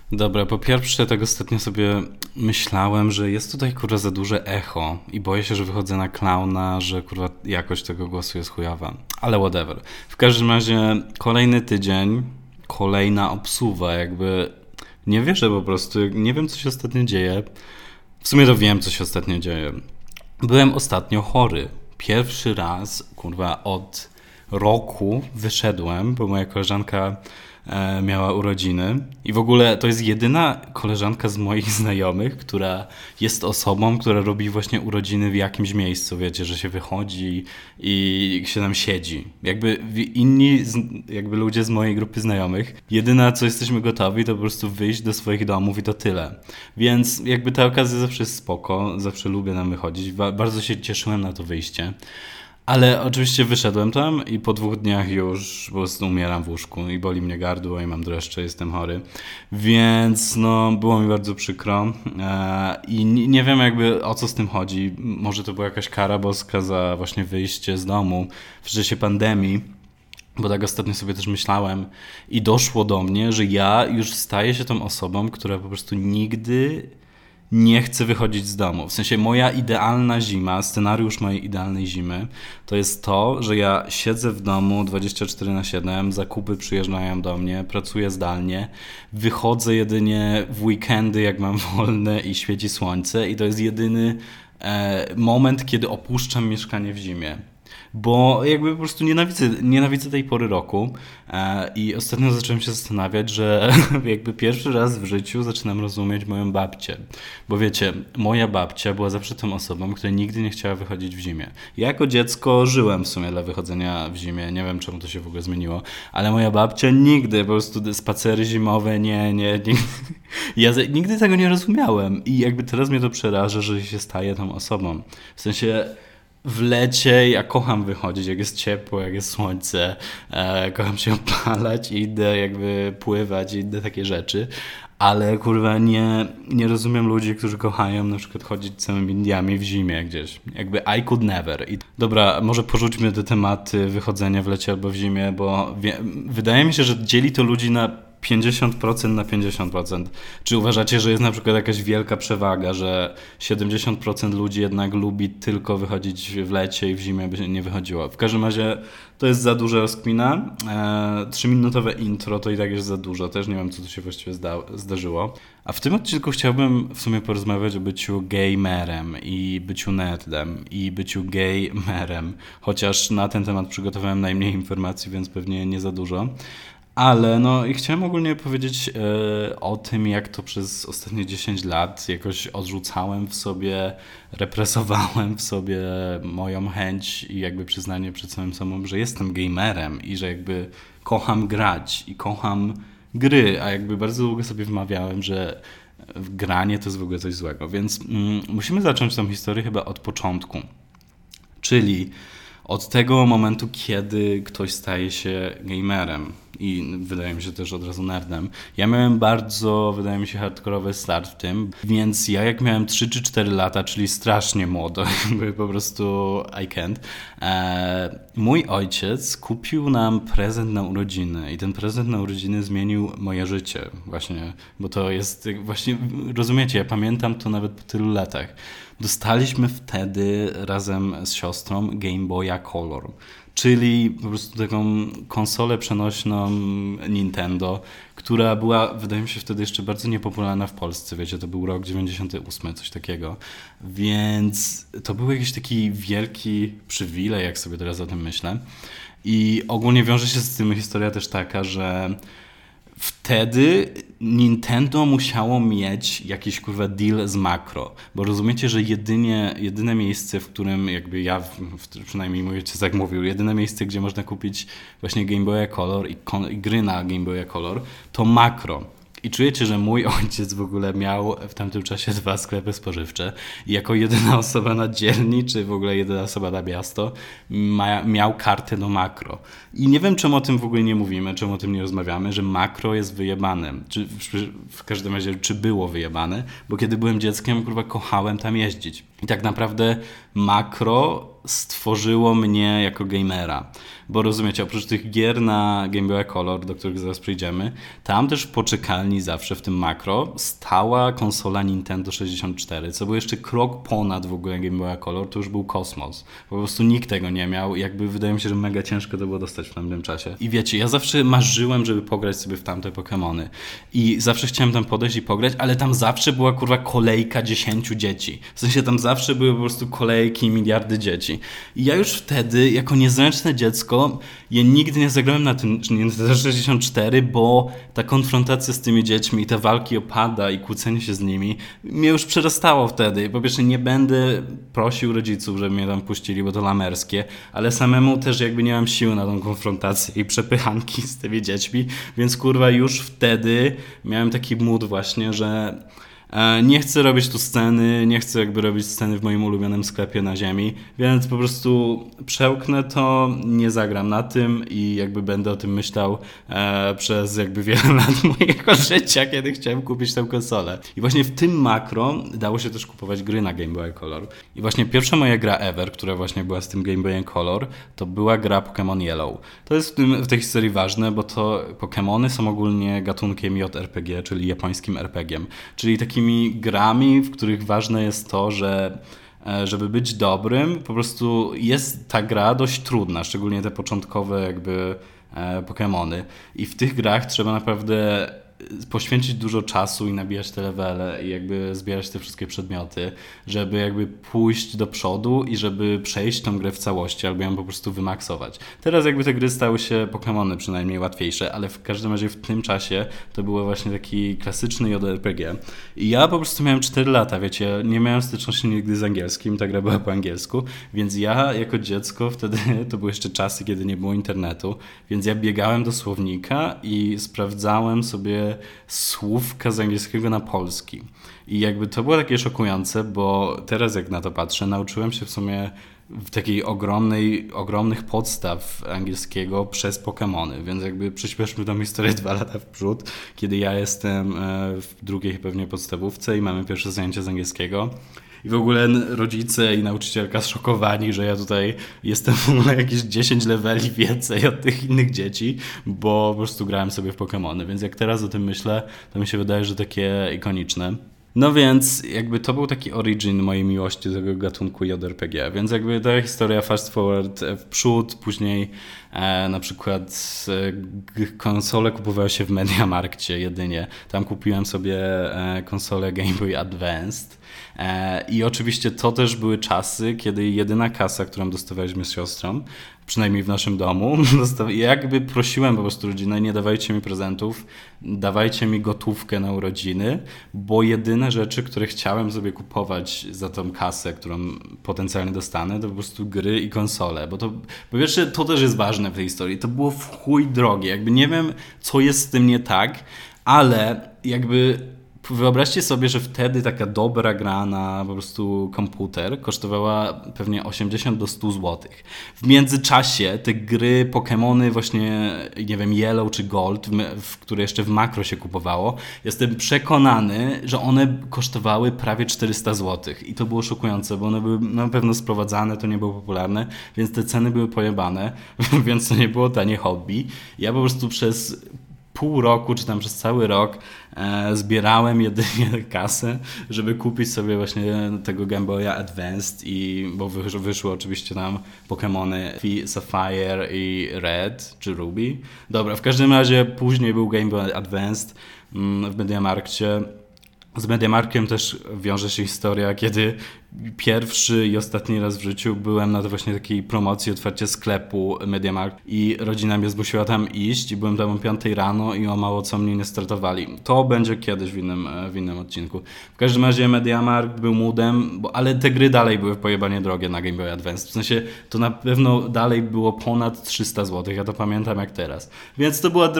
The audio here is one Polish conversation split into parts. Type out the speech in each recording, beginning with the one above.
Dobra, po pierwsze, tak ostatnio sobie myślałem, że jest tutaj kurwa za duże echo i boję się, że wychodzę na klauna, że kurwa jakość tego głosu jest chujowa. Ale whatever. W każdym razie kolejny tydzień, kolejna obsuwa, jakby nie wierzę po prostu, nie wiem co się ostatnio dzieje. W sumie to wiem co się ostatnio dzieje. Byłem ostatnio chory. Pierwszy raz, kurwa, od roku wyszedłem, bo moja koleżanka miała urodziny. I w ogóle to jest jedyna koleżanka z moich znajomych, która jest osobą, która robi właśnie urodziny w jakimś miejscu. Wiecie, że się wychodzi i się tam siedzi. Jakby inni, jakby ludzie z mojej grupy znajomych, jedyna co jesteśmy gotowi, to po prostu wyjść do swoich domów i to tyle. Więc jakby ta okazja zawsze jest spoko, zawsze lubię tam wychodzić. Bardzo się cieszyłem na to wyjście. Ale oczywiście wyszedłem tam i po 2 dniach już po prostu umieram w łóżku i boli mnie gardło i mam dreszcze, jestem chory. Więc no, było mi bardzo przykro i nie wiem jakby o co z tym chodzi. Może to była jakaś kara boska za właśnie wyjście z domu w czasie pandemii. Bo tak ostatnio sobie też myślałem i doszło do mnie, że ja już staję się tą osobą, która po prostu nigdy nie chcę wychodzić z domu. W sensie moja idealna zima, scenariusz mojej idealnej zimy, to jest to, że ja siedzę w domu 24/7, zakupy przyjeżdżają do mnie, pracuję zdalnie, wychodzę jedynie w weekendy, jak mam wolne i świeci słońce i to jest jedyny moment, kiedy opuszczam mieszkanie w zimie. Bo jakby po prostu nienawidzę tej pory roku i ostatnio zacząłem się zastanawiać, że jakby pierwszy raz w życiu zaczynam rozumieć moją babcię. Bo wiecie, moja babcia była zawsze tą osobą, która nigdy nie chciała wychodzić w zimie. Ja jako dziecko żyłem w sumie dla wychodzenia w zimie, nie wiem czemu to się w ogóle zmieniło, ale moja babcia nigdy, po prostu spacery zimowe, nigdy. Ja nigdy tego nie rozumiałem i jakby teraz mnie to przeraża, że się staję tą osobą. W sensie w lecie ja kocham wychodzić, jak jest ciepło, jak jest słońce, kocham się opalać i idę jakby pływać i inne takie rzeczy, ale kurwa nie rozumiem ludzi, którzy kochają na przykład chodzić całymi dniami w zimie gdzieś. Jakby I could never. Dobra, może porzućmy te tematy wychodzenia w lecie albo w zimie, bo wydaje mi się, że dzieli to ludzi na 50% na 50%. Czy uważacie, że jest na przykład jakaś wielka przewaga, że 70% ludzi jednak lubi tylko wychodzić w lecie i w zimie by się nie wychodziło? W każdym razie to jest za duża rozkmina. 3-minutowe intro to i tak jest za dużo. Też nie wiem, co tu się właściwie zdarzyło. A w tym odcinku chciałbym w sumie porozmawiać o byciu gamerem i byciu nerdem i byciu gaymerem. Chociaż na ten temat przygotowałem najmniej informacji, więc pewnie nie za dużo. Ale no i chciałem ogólnie powiedzieć o tym, jak to przez ostatnie 10 lat jakoś odrzucałem w sobie, represowałem w sobie moją chęć i jakby przyznanie przed samym sobą, że jestem gamerem i że jakby kocham grać i kocham gry, a jakby bardzo długo sobie wmawiałem, że granie to jest w ogóle coś złego. Więc musimy zacząć tą historię chyba od początku. Czyli od tego momentu, kiedy ktoś staje się gamerem i wydaje mi się też od razu nerdem. Ja miałem bardzo, wydaje mi się, hardkorowy start w tym, więc ja jak miałem 3 czy 4 lata, czyli strasznie młodo, jakby po prostu I can't, mój ojciec kupił nam prezent na urodziny i ten prezent na urodziny zmienił moje życie właśnie, bo to jest właśnie, rozumiecie, ja pamiętam to nawet po tylu latach. Dostaliśmy wtedy razem z siostrą Game Boya Color, czyli po prostu taką konsolę przenośną Nintendo, która była, wydaje mi się, wtedy jeszcze bardzo niepopularna w Polsce. Wiecie, to był rok 98, coś takiego. Więc to był jakiś taki wielki przywilej, jak sobie teraz o tym myślę. I ogólnie wiąże się z tym historia też taka, że wtedy Nintendo musiało mieć jakiś kurwa deal z Makro, bo rozumiecie, że jedyne miejsce, w którym jakby ja, przynajmniej mój ojciec tak mówił, jedyne miejsce, gdzie można kupić właśnie Game Boya Color i gry na Game Boya Color, to Makro. I czujecie, że mój ojciec w ogóle miał w tamtym czasie 2 sklepy spożywcze i jako jedyna osoba na dzielni, czy w ogóle jedyna osoba na miasto, miał kartę do Makro. I nie wiem, czemu o tym w ogóle nie mówimy, czemu o tym nie rozmawiamy, że Makro jest wyjebane. Czy w każdym razie, czy było wyjebane, bo kiedy byłem dzieckiem, kurwa, kochałem tam jeździć. I tak naprawdę makro stworzyło mnie jako gamera. Bo rozumiecie, oprócz tych gier na Game Boy Color, do których zaraz przejdziemy, tam też w poczekalni zawsze w tym makro stała konsola Nintendo 64, co był jeszcze krok ponad w ogóle Game Boy Color, to już był kosmos. Po prostu nikt tego nie miał i jakby wydaje mi się, że mega ciężko to było dostać w tamtym czasie. I wiecie, ja zawsze marzyłem, żeby pograć sobie w tamte Pokemony. I zawsze chciałem tam podejść i pograć, ale tam zawsze była kurwa kolejka 10 dzieci. W sensie tam zawsze były po prostu kolejki, miliardy dzieci. I ja już wtedy, jako niezręczne dziecko, ja nigdy nie zagrałem na tym Nintendo 64, bo ta konfrontacja z tymi dziećmi i te walki o pada i kłócenie się z nimi mnie już przerastało wtedy. Po pierwsze nie będę prosił rodziców, żeby mnie tam puścili, bo to lamerskie, ale samemu też jakby nie mam siły na tą konfrontację i przepychanki z tymi dziećmi, więc kurwa już wtedy miałem taki mood właśnie, że nie chcę robić tu sceny, nie chcę jakby robić sceny w moim ulubionym sklepie na ziemi, więc po prostu przełknę to, nie zagram na tym i jakby będę o tym myślał przez jakby wiele lat mojego życia, kiedy chciałem kupić tę konsolę. I właśnie w tym makro dało się też kupować gry na Game Boy Color. I właśnie pierwsza moja gra ever, która właśnie była z tym Game Boy Color, to była gra Pokémon Yellow. To jest w tej historii ważne, bo to Pokémony są ogólnie gatunkiem JRPG, czyli japońskim RPG-iem, czyli takimi grami, w których ważne jest to, że żeby być dobrym, po prostu jest ta gra dość trudna, szczególnie te początkowe jakby Pokémony. I w tych grach trzeba naprawdę poświęcić dużo czasu i nabijać te levele i jakby zbierać te wszystkie przedmioty, żeby jakby pójść do przodu i żeby przejść tą grę w całości albo ją po prostu wymaksować. Teraz jakby te gry stały się Pokémony przynajmniej łatwiejsze, ale w każdym razie w tym czasie to było właśnie taki klasyczny JRPG. I ja po prostu miałem 4 lata, wiecie, nie miałem styczności nigdy z angielskim, ta gra była po angielsku, więc ja jako dziecko wtedy, to były jeszcze czasy, kiedy nie było internetu, więc ja biegałem do słownika i sprawdzałem sobie słówka z angielskiego na polski. I jakby to było takie szokujące, bo teraz jak na to patrzę, nauczyłem się w sumie w takiej ogromnych podstaw angielskiego przez Pokemony, więc jakby przyspieszmy tą historię 2 lata w przód, kiedy ja jestem w drugiej pewnie podstawówce i mamy pierwsze zajęcie z angielskiego. I w ogóle rodzice i nauczycielka zszokowani, że ja tutaj jestem w ogóle jakieś 10 leveli więcej od tych innych dzieci, bo po prostu grałem sobie w Pokemony. Więc jak teraz o tym myślę, to mi się wydaje, że takie ikoniczne. No więc jakby to był taki origin mojej miłości do tego gatunku JRPG, więc jakby ta historia fast forward w przód, później na przykład konsole kupowały się w MediaMarkcie jedynie. Tam kupiłem sobie konsolę Game Boy Advanced i oczywiście to też były czasy, kiedy jedyna kasa, którą dostawaliśmy z siostrą, przynajmniej w naszym domu, jakby prosiłem po prostu rodzinę, nie dawajcie mi prezentów, dawajcie mi gotówkę na urodziny, bo jedyne rzeczy, które chciałem sobie kupować za tą kasę, którą potencjalnie dostanę, to po prostu gry i konsole, bo to, po pierwsze, to też jest ważne w tej historii, to było w chuj drogie, jakby nie wiem, co jest z tym nie tak, ale jakby wyobraźcie sobie, że wtedy taka dobra gra na po prostu komputer kosztowała pewnie 80 do 100 zł. W międzyczasie te gry, Pokemony właśnie, nie wiem, Yellow czy Gold, które jeszcze w makro się kupowało, jestem przekonany, że one kosztowały prawie 400 zł. I to było szokujące, bo one były na pewno sprowadzane, to nie było popularne, więc te ceny były pojebane, więc to nie było tanie hobby. Ja po prostu przez pół roku, czy tam przez cały rok zbierałem jedynie kasę, żeby kupić sobie właśnie tego Game Boya Advanced bo wyszły oczywiście tam Pokemony Sapphire i Red, czy Ruby. Dobra, w każdym razie później był Game Boy Advanced w MediaMarkcie. Z MediaMarkiem też wiąże się historia, kiedy pierwszy i ostatni raz w życiu byłem na właśnie takiej promocji otwarcia sklepu MediaMarkt i rodzina mnie zmusiła tam iść i byłem tam o 5 rano i o mało co mnie nie startowali. To będzie kiedyś w innym odcinku. W każdym razie MediaMarkt był młodem, ale te gry dalej były pojebanie drogie na Game Boy Advance. W sensie to na pewno dalej było ponad 300 zł. Ja to pamiętam jak teraz. Więc to była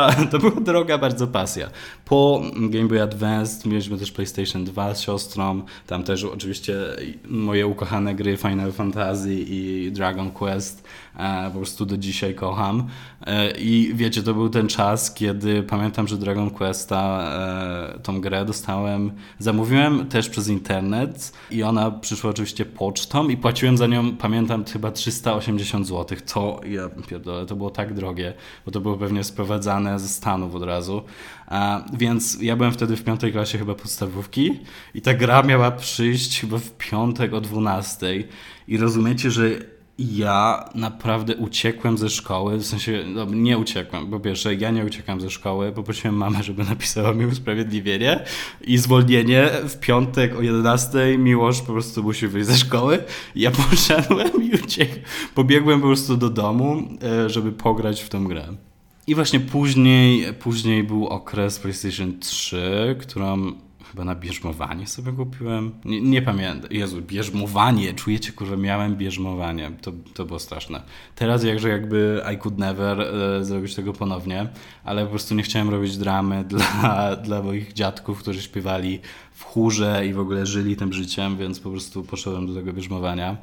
droga bardzo pasja. Po Game Boy Advance mieliśmy też PlayStation 2 z siostrą. Tam też oczywiście moje ukochane gry Final Fantasy i Dragon Quest po prostu do dzisiaj kocham. I wiecie, to był ten czas, kiedy pamiętam, że Dragon Questa tą grę zamówiłem też przez internet i ona przyszła oczywiście pocztą i płaciłem za nią, pamiętam, chyba 380 zł. To, ja pierdolę, to było tak drogie, bo to było pewnie sprowadzane ze Stanów od razu. Więc ja byłem wtedy w 5. klasie chyba podstawówki i ta gra miała przyjść chyba w piątek o 12. I rozumiecie, że ja naprawdę uciekłem ze szkoły, w sensie, no, nie uciekłem, po pierwsze, ja nie uciekłem ze szkoły, poprosiłem mamę, żeby napisała mi usprawiedliwienie i zwolnienie w piątek o 11. Miłosz po prostu musi wyjść ze szkoły. Ja poszedłem i pobiegłem po prostu do domu, żeby pograć w tą grę. I właśnie później był okres PlayStation 3, którą chyba na bierzmowanie sobie kupiłem. Nie pamiętam. Jezu, bierzmowanie. Czujecie, kurwa, miałem bierzmowanie. To było straszne. Teraz jakby I could never zrobić tego ponownie, ale po prostu nie chciałem robić dramy dla moich dziadków, którzy śpiewali w chórze i w ogóle żyli tym życiem, więc po prostu poszedłem do tego bierzmowania.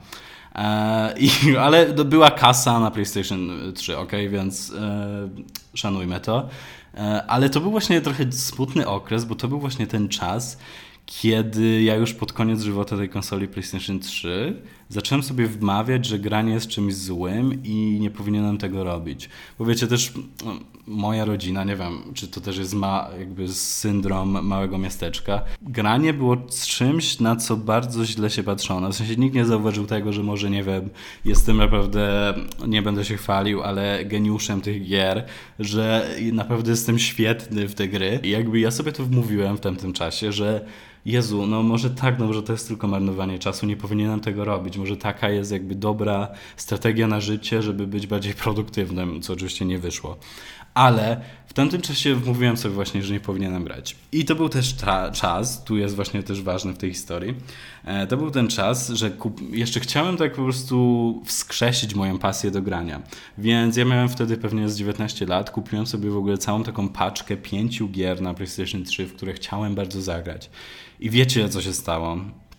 Ale była kasa na PlayStation 3, więc szanujmy to. Ale to był właśnie trochę smutny okres, bo to był właśnie ten czas, kiedy ja już pod koniec żywota tej konsoli PlayStation 3 zacząłem sobie wmawiać, że granie jest czymś złym i nie powinienem tego robić. Bo wiecie, też moja rodzina, nie wiem, czy to też jest jakby syndrom małego miasteczka. Granie było czymś, na co bardzo źle się patrzono. W sensie nikt nie zauważył tego, że może, nie wiem, jestem naprawdę, nie będę się chwalił, ale geniuszem tych gier, że naprawdę jestem świetny w te gry. I jakby ja sobie to wmówiłem w tamtym czasie, że Jezu, no może tak, no może to jest tylko marnowanie czasu, nie powinienem tego robić. Może taka jest jakby dobra strategia na życie, żeby być bardziej produktywnym, co oczywiście nie wyszło. Ale w tamtym czasie wmówiłem sobie właśnie, że nie powinienem grać. I to był też czas, tu jest właśnie też ważne w tej historii, to był ten czas, że jeszcze chciałem tak po prostu wskrzesić moją pasję do grania. Więc ja miałem wtedy pewnie z 19 lat, kupiłem sobie w ogóle całą taką paczkę 5 gier na PlayStation 3, w które chciałem bardzo zagrać. I wiecie, co się stało?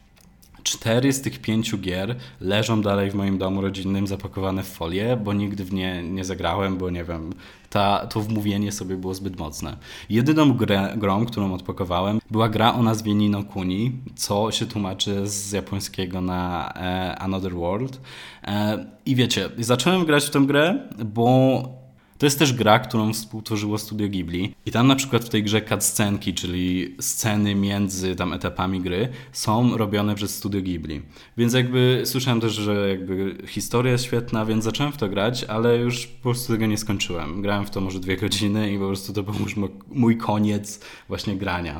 4 z tych 5 gier leżą dalej w moim domu rodzinnym zapakowane w folię, bo nigdy w nie zagrałem, bo nie wiem, to wmówienie sobie było zbyt mocne. Jedyną grą, którą odpakowałem, była gra o nazwie Ni no Kuni, co się tłumaczy z japońskiego na Another World. I wiecie, zacząłem grać w tę grę, bo to jest też gra, którą współtworzyło Studio Ghibli i tam na przykład w tej grze cutscenki, czyli sceny między tam etapami gry, są robione przez Studio Ghibli. Więc jakby słyszałem też, że jakby historia jest świetna, więc zacząłem w to grać, ale już po prostu tego nie skończyłem. Grałem w to może 2 godziny i po prostu to był już mój koniec właśnie grania.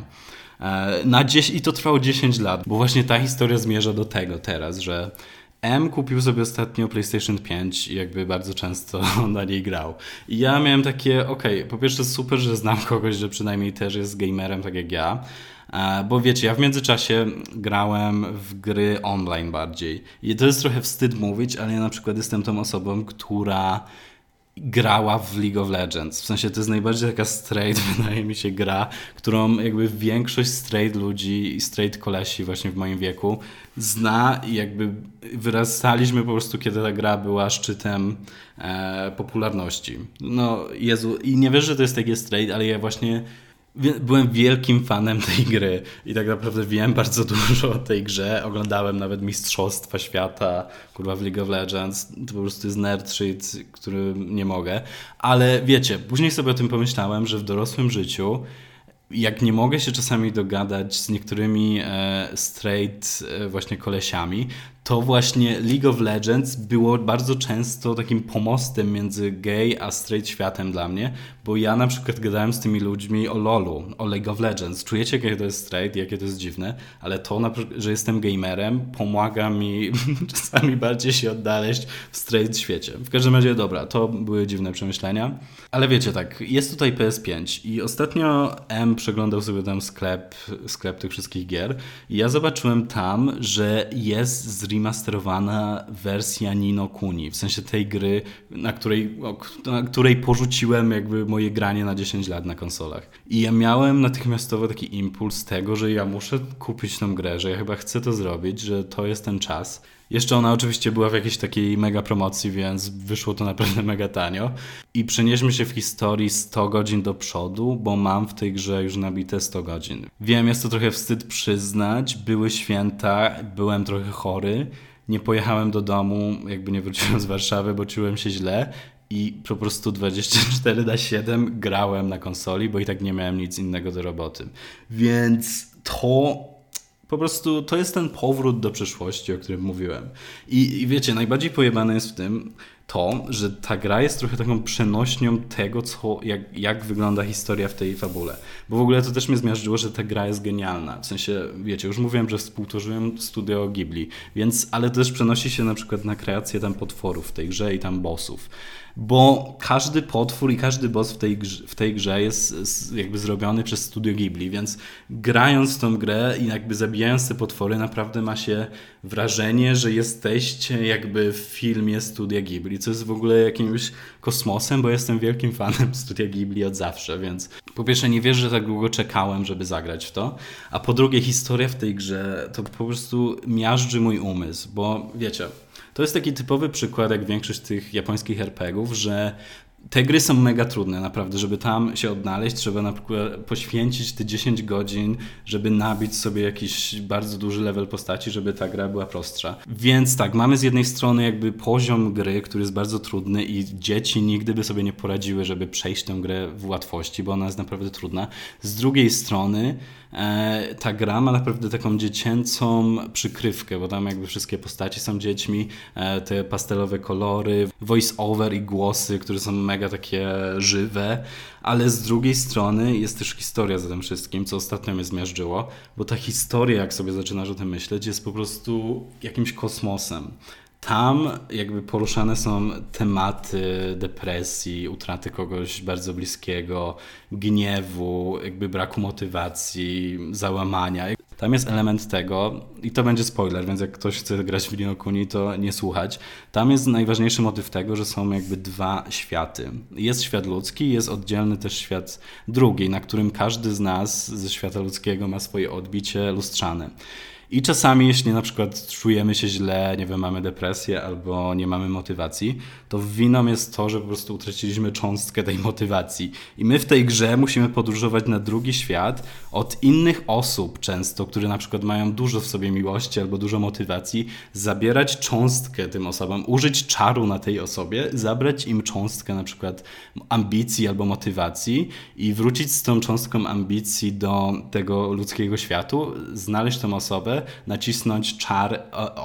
I to trwało 10 lat, bo właśnie ta historia zmierza do tego teraz, że kupił sobie ostatnio PlayStation 5 i jakby bardzo często na niej grał. I ja miałem takie, po pierwsze super, że znam kogoś, że przynajmniej też jest gamerem tak jak ja, bo wiecie, ja w międzyczasie grałem w gry online bardziej. I to jest trochę wstyd mówić, ale ja na przykład jestem tą osobą, która grała w League of Legends. W sensie to jest najbardziej taka straight, wydaje mi się, gra, którą jakby większość straight ludzi i straight kolesi właśnie w moim wieku zna i jakby wyrastaliśmy po prostu, kiedy ta gra była szczytem popularności. No Jezu, i nie wiesz, że to jest takie straight, ale ja właśnie byłem wielkim fanem tej gry i tak naprawdę wiem bardzo dużo o tej grze. Oglądałem nawet Mistrzostwa Świata, kurwa, w League of Legends. To po prostu jest nerd shit, który nie mogę. Ale wiecie, później sobie o tym pomyślałem, że w dorosłym życiu, jak nie mogę się czasami dogadać z niektórymi straight właśnie kolesiami, to właśnie League of Legends było bardzo często takim pomostem między gay a straight światem dla mnie, bo ja na przykład gadałem z tymi ludźmi o LoLu, o League of Legends. Czujecie, jakie to jest straight, jakie to jest dziwne, ale to, że jestem gamerem, pomaga mi czasami bardziej się odnaleźć w straight świecie. W każdym razie, dobra, to były dziwne przemyślenia, ale wiecie tak, jest tutaj PS5 i ostatnio przeglądał sobie tam sklep tych wszystkich gier i ja zobaczyłem tam, że jest zremasterowana wersja Ni no Kuni, w sensie tej gry, na której porzuciłem jakby moje granie na 10 lat na konsolach. I ja miałem natychmiastowo taki impuls tego, że ja muszę kupić tą grę, że ja chyba chcę to zrobić, że to jest ten czas. Jeszcze ona oczywiście była w jakiejś takiej mega promocji, więc wyszło to naprawdę mega tanio. I przenieśmy się w historii 100 godzin do przodu, bo mam w tej grze już nabite 100 godzin. Wiem, jest to trochę wstyd przyznać, były święta, byłem trochę chory, nie pojechałem do domu, jakby nie wróciłem z Warszawy, bo czułem się źle i po prostu 24/7 grałem na konsoli, bo i tak nie miałem nic innego do roboty. Więc to po prostu to jest ten powrót do przeszłości, o którym mówiłem. I wiecie, najbardziej pojebane jest w tym to, że ta gra jest trochę taką przenośnią tego, jak wygląda historia w tej fabule. Bo w ogóle to też mnie zmiażdżyło, że ta gra jest genialna. W sensie, wiecie, już mówiłem, że współtworzyłem studio Ghibli, więc, ale to też przenosi się na przykład na kreację tam potworów w tej grze i tam bossów. Bo każdy potwór i każdy boss w tej grze jest jakby zrobiony przez Studio Ghibli, więc grając w tą grę i jakby zabijając te potwory, naprawdę ma się wrażenie, że jesteście jakby w filmie Studia Ghibli, co jest w ogóle jakimś kosmosem, bo jestem wielkim fanem Studia Ghibli od zawsze, więc po pierwsze nie wierzę, że tak długo czekałem, żeby zagrać w to, a po drugie historia w tej grze to po prostu miażdży mój umysł, bo wiecie, to jest taki typowy przykład, jak większość tych japońskich RPGów, że te gry są mega trudne, naprawdę, żeby tam się odnaleźć, trzeba na przykład poświęcić te 10 godzin, żeby nabić sobie jakiś bardzo duży level postaci, żeby ta gra była prostsza. Więc tak, mamy z jednej strony jakby poziom gry, który jest bardzo trudny i dzieci nigdy by sobie nie poradziły, żeby przejść tę grę w łatwości, bo ona jest naprawdę trudna. Z drugiej strony ta gra ma naprawdę taką dziecięcą przykrywkę, bo tam jakby wszystkie postaci są dziećmi, te pastelowe kolory, voice over i głosy, które są mega takie żywe, ale z drugiej strony jest też historia za tym wszystkim, co ostatnio mnie zmiażdżyło, bo ta historia, jak sobie zaczynasz o tym myśleć, jest po prostu jakimś kosmosem. Tam jakby poruszane są tematy depresji, utraty kogoś bardzo bliskiego, gniewu, jakby braku motywacji, załamania. Tam jest element tego, i to będzie spoiler, więc jak ktoś chce grać w Ni no Kuni, to nie słuchać. Tam jest najważniejszy motyw tego, że są jakby dwa światy. Jest świat ludzki, jest oddzielny też świat drugi, na którym każdy z nas ze świata ludzkiego ma swoje odbicie lustrzane. I czasami, jeśli na przykład czujemy się źle, nie wiem, mamy depresję albo nie mamy motywacji, to winą jest to, że po prostu utraciliśmy cząstkę tej motywacji. I my w tej grze musimy podróżować na drugi świat od innych osób często, które na przykład mają dużo w sobie miłości albo dużo motywacji, zabierać cząstkę tym osobom, użyć czaru na tej osobie, zabrać im cząstkę na przykład ambicji albo motywacji i wrócić z tą cząstką ambicji do tego ludzkiego światu, znaleźć tą osobę, nacisnąć czar,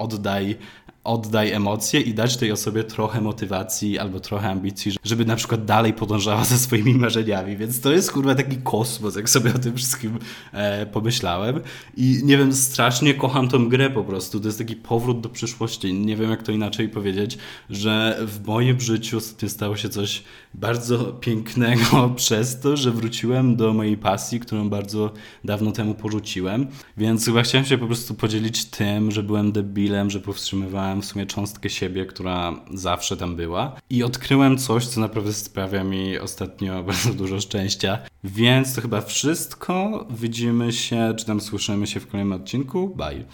oddaj emocje i dać tej osobie trochę motywacji albo trochę ambicji, żeby na przykład dalej podążała za swoimi marzeniami. Więc to jest kurwa taki kosmos, jak sobie o tym wszystkim pomyślałem. I nie wiem, strasznie kocham tą grę po prostu. To jest taki powrót do przyszłości. Nie wiem, jak to inaczej powiedzieć, że w moim życiu stało się coś bardzo pięknego przez to, że wróciłem do mojej pasji, którą bardzo dawno temu porzuciłem. Więc chyba chciałem się po prostu podzielić tym, że byłem debilem, że powstrzymywałem w sumie cząstkę siebie, która zawsze tam była. I odkryłem coś, co naprawdę sprawia mi ostatnio bardzo dużo szczęścia. Więc to chyba wszystko. Widzimy się, czy tam słyszymy się w kolejnym odcinku. Bye.